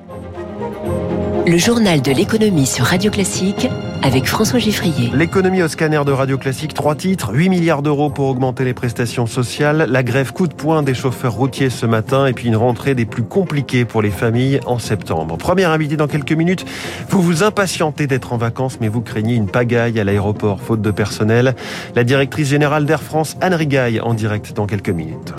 Le journal de l'économie sur Radio Classique avec François Giffrier. L'économie au scanner de Radio Classique, 3 titres, 8 milliards d'euros pour augmenter les prestations sociales, la grève coup de poing des chauffeurs routiers ce matin et puis une rentrée des plus compliquées pour les familles en septembre. Première invitée dans quelques minutes, vous vous impatientez d'être en vacances mais vous craignez une pagaille à l'aéroport faute de personnel. La directrice générale d'Air France, Anne Rigaille, en direct dans quelques minutes.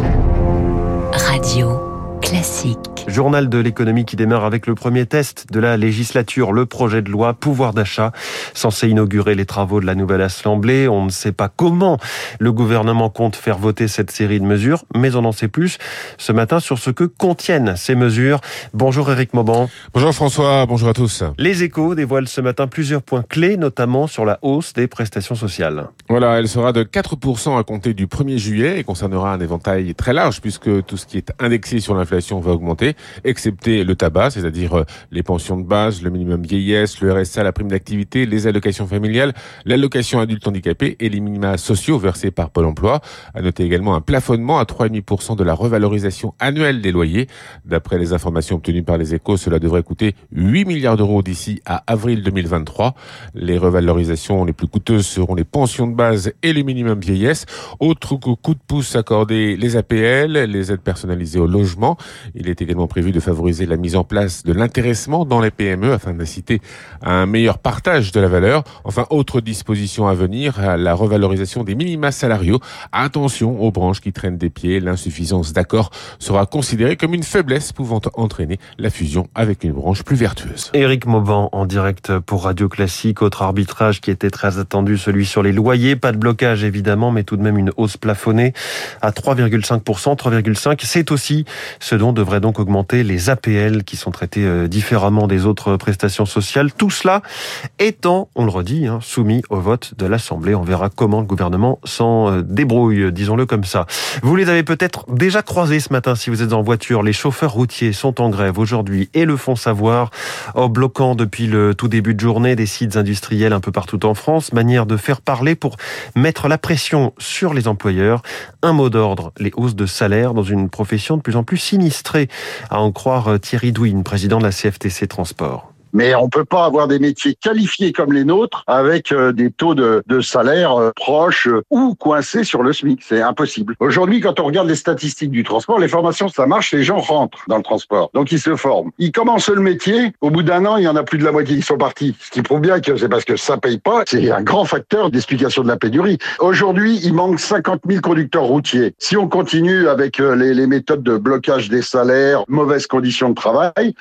Radio Classique. Journal de l'économie qui démarre avec le premier test de la législature, le projet de loi pouvoir d'achat, censé inaugurer les travaux de la nouvelle Assemblée. On ne sait pas comment le gouvernement compte faire voter cette série de mesures, mais on en sait plus ce matin sur ce que contiennent ces mesures. Bonjour Éric Mauban. Bonjour François, bonjour à tous. Les Échos dévoilent ce matin plusieurs points clés, notamment sur la hausse des prestations sociales. Voilà, elle sera de 4% à compter du 1er juillet et concernera un éventail très large puisque tout ce qui est indexé sur l'inflation va augmenter, excepté le tabac, c'est-à-dire les pensions de base, le minimum vieillesse, le RSA, la prime d'activité, les allocations familiales, l'allocation adulte handicapé et les minima sociaux versés par Pôle emploi. À noter également un plafonnement à 3,5% de la revalorisation annuelle des loyers. D'après les informations obtenues par les Échos, cela devrait coûter 8 milliards d'euros d'ici à avril 2023. Les revalorisations les plus coûteuses seront les pensions de base et le minimum vieillesse. Autre coup de pouce accordé, les APL, les aides personnalisées au logement. Il est également prévu de favoriser la mise en place de l'intéressement dans les PME afin d'inciter à un meilleur partage de la valeur. Enfin, autre disposition à venir, la revalorisation des minima salariaux. Attention aux branches qui traînent des pieds. L'insuffisance d'accord sera considérée comme une faiblesse pouvant entraîner la fusion avec une branche plus vertueuse. Éric Mauban en direct pour Radio Classique. Autre arbitrage qui était très attendu, celui sur les loyers. Pas de blocage évidemment, mais tout de même une hausse plafonnée à 3,5%. 3,5%, c'est aussi ce dont devrait donc augmenter les APL qui sont traités différemment des autres prestations sociales. Tout cela étant, on le redit, soumis au vote de l'Assemblée. On verra comment le gouvernement s'en débrouille, disons-le comme ça. Vous les avez peut-être déjà croisés ce matin si vous êtes en voiture. Les chauffeurs routiers sont en grève aujourd'hui et le font savoir en bloquant depuis le tout début de journée des sites industriels un peu partout en France. Manière de faire parler pour mettre la pression sur les employeurs. Un mot d'ordre, les hausses de salaire dans une profession de plus en plus sinistrée, à en croire Thierry Douine, président de la CFTC Transport. Mais on peut pas avoir des métiers qualifiés comme les nôtres avec des taux de salaire proches ou coincés sur le SMIC. C'est impossible. Aujourd'hui, quand on regarde les statistiques du transport, les formations, ça marche, les gens rentrent dans le transport. Donc, ils se forment. Ils commencent le métier. Au bout d'un an, il y en a plus de la moitié qui sont partis. Ce qui prouve bien que c'est parce que ça paye pas. C'est un grand facteur d'explication de la pénurie. Aujourd'hui, il manque 50 000 conducteurs routiers. Si on continue avec les méthodes de blocage des salaires, mauvaises conditions de travail,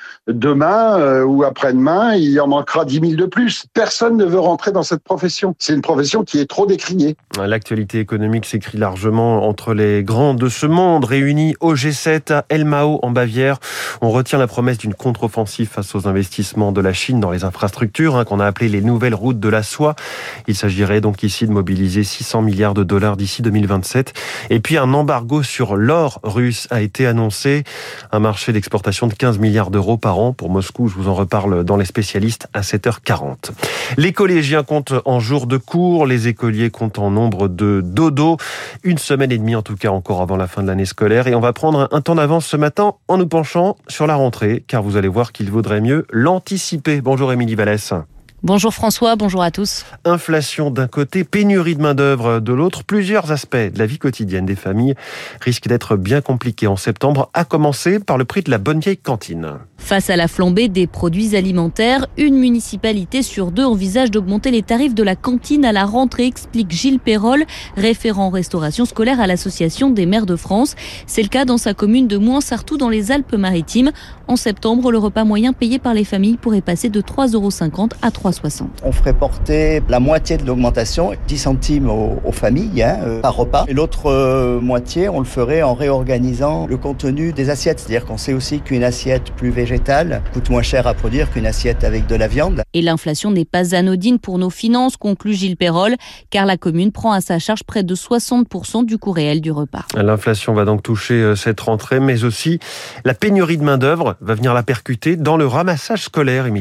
demain ou après-demain, il en manquera 10 000 de plus. Personne ne veut rentrer dans cette profession. C'est une profession qui est trop décriée. L'actualité économique s'écrit largement entre les grands de ce monde réunis au G7 à Elmau en Bavière. On retient la promesse d'une contre-offensive face aux investissements de la Chine dans les infrastructures, qu'on a appelé les nouvelles routes de la soie. Il s'agirait donc ici de mobiliser 600 milliards de dollars d'ici 2027. Et puis un embargo sur l'or russe a été annoncé. Un marché d'exportation de 15 milliards d'euros par an pour Moscou. Je vous en reparle dans les spécialistes à 7h40. Les collégiens comptent en jours de cours, les écoliers comptent en nombre de dodo. Une semaine et demie en tout cas encore avant la fin de l'année scolaire. Et on va prendre un temps d'avance ce matin en nous penchant sur la rentrée, car vous allez voir qu'il vaudrait mieux l'anticiper. Bonjour Émilie Vallès. Bonjour François, bonjour à tous. Inflation d'un côté, pénurie de main-d'œuvre de l'autre. Plusieurs aspects de la vie quotidienne des familles risquent d'être bien compliqués en septembre, à commencer par le prix de la bonne vieille cantine. Face à la flambée des produits alimentaires, une municipalité sur deux envisage d'augmenter les tarifs de la cantine à la rentrée, explique Gilles Perrol, référent restauration scolaire à l'Association des maires de France. C'est le cas dans sa commune de Mouansartou dans les Alpes-Maritimes. En septembre, le repas moyen payé par les familles pourrait passer de 3,50 € à 3,60 €. On ferait porter la moitié de l'augmentation, 10 centimes aux familles par repas. Et l'autre moitié, on le ferait en réorganisant le contenu des assiettes. C'est-à-dire qu'on sait aussi qu'une assiette plus végétale coûte moins cher à produire qu'une assiette avec de la viande. Et l'inflation n'est pas anodine pour nos finances, conclut Gilles Perrol, car la commune prend à sa charge près de 60% du coût réel du repas. L'inflation va donc toucher cette rentrée, mais aussi la pénurie de main-d'œuvre va venir la percuter dans le ramassage scolaire, Émilie.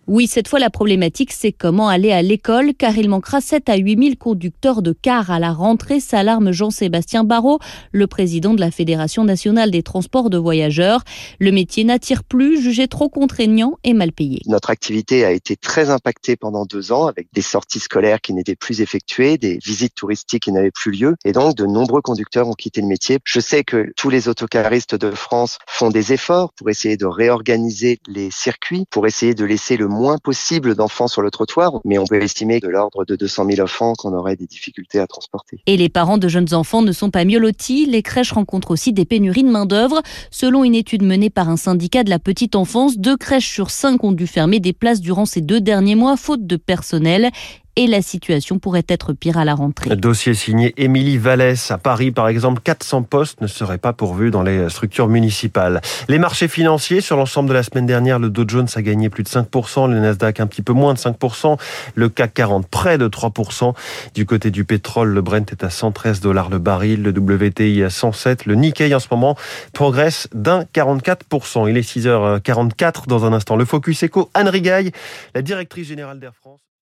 Oui, cette fois la problématique, c'est comment aller à l'école, car il manquera 7 à 8 000 conducteurs de cars à la rentrée, s'alarme Jean-Sébastien Barrault, le président de la Fédération nationale des transports de voyageurs. Le métier n'attire plus, jugé trop contraignant et mal payé. Notre activité a été très impactée pendant 2 ans, avec des sorties scolaires qui n'étaient plus effectuées, des visites touristiques qui n'avaient plus lieu, et donc de nombreux conducteurs ont quitté le métier. Je sais que tous les autocaristes de France font des efforts pour essayer de réorganiser les circuits, pour essayer de laisser le moins possible d'enfants sur le trottoir, mais on peut estimer de l'ordre de 200 000 enfants qu'on aurait des difficultés à transporter. Et les parents de jeunes enfants ne sont pas mieux lotis. Les crèches rencontrent aussi des pénuries de main-d'œuvre. Selon une étude menée par un syndicat de la petite enfance, 2 crèches sur 5 ont dû fermer des places durant ces 2 derniers mois, faute de personnel. Et la situation pourrait être pire à la rentrée. Dossier signé Émilie Vallès. À Paris, par exemple, 400 postes ne seraient pas pourvus dans les structures municipales. Les marchés financiers, sur l'ensemble de la semaine dernière, le Dow Jones a gagné plus de 5%, le Nasdaq un petit peu moins de 5%, le CAC 40 près de 3%. Du côté du pétrole, le Brent est à $113 le baril, le WTI à 107, le Nikkei en ce moment progresse d'1,44%. Il est 6h44 dans un instant. Le Focus Éco, Anne Rigaille, la directrice générale d'Air France.